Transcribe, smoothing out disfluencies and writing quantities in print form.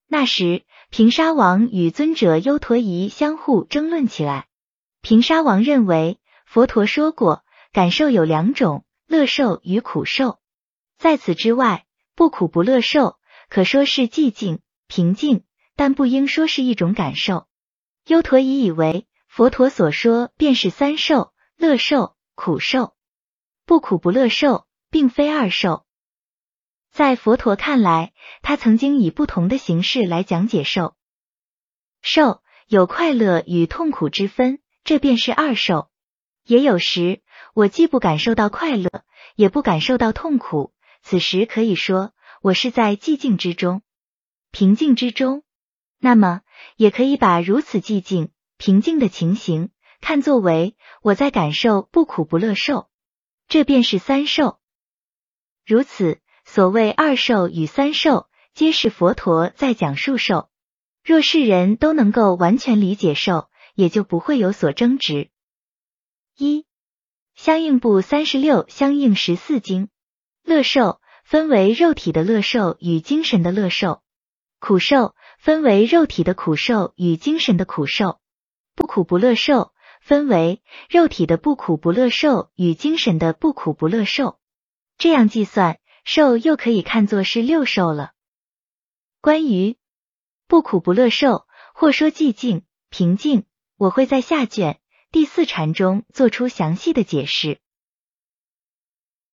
那时，平沙王与尊者优陀夷相互争论起来。平沙王认为，佛陀说过，感受有两种，乐受与苦受。在此之外，不苦不乐受，可说是寂静、平静，但不应说是一种感受。优陀夷以为，佛陀所说便是三受，乐受、苦受。不苦不乐受，并非二受。在佛陀看来，他曾经以不同的形式来讲解受。受有快乐与痛苦之分，这便是二受。也有时，我既不感受到快乐，也不感受到痛苦，此时可以说，我是在寂静之中、平静之中。那么，也可以把如此寂静、平静的情形，看作为我在感受不苦不乐受，这便是三受。如此，所谓二受与三受，皆是佛陀在讲述受。若世人都能够完全理解受，也就不会有所争执。一、相应部36相应14经。乐受分为肉体的乐受与精神的乐受，苦受分为肉体的苦受与精神的苦受，不苦不乐受分为肉体的不苦不乐受与精神的不苦不乐受。这样计算，受又可以看作是六受了。关于不苦不乐受，或说寂静、平静，我会在下卷第4禅中做出详细的解释。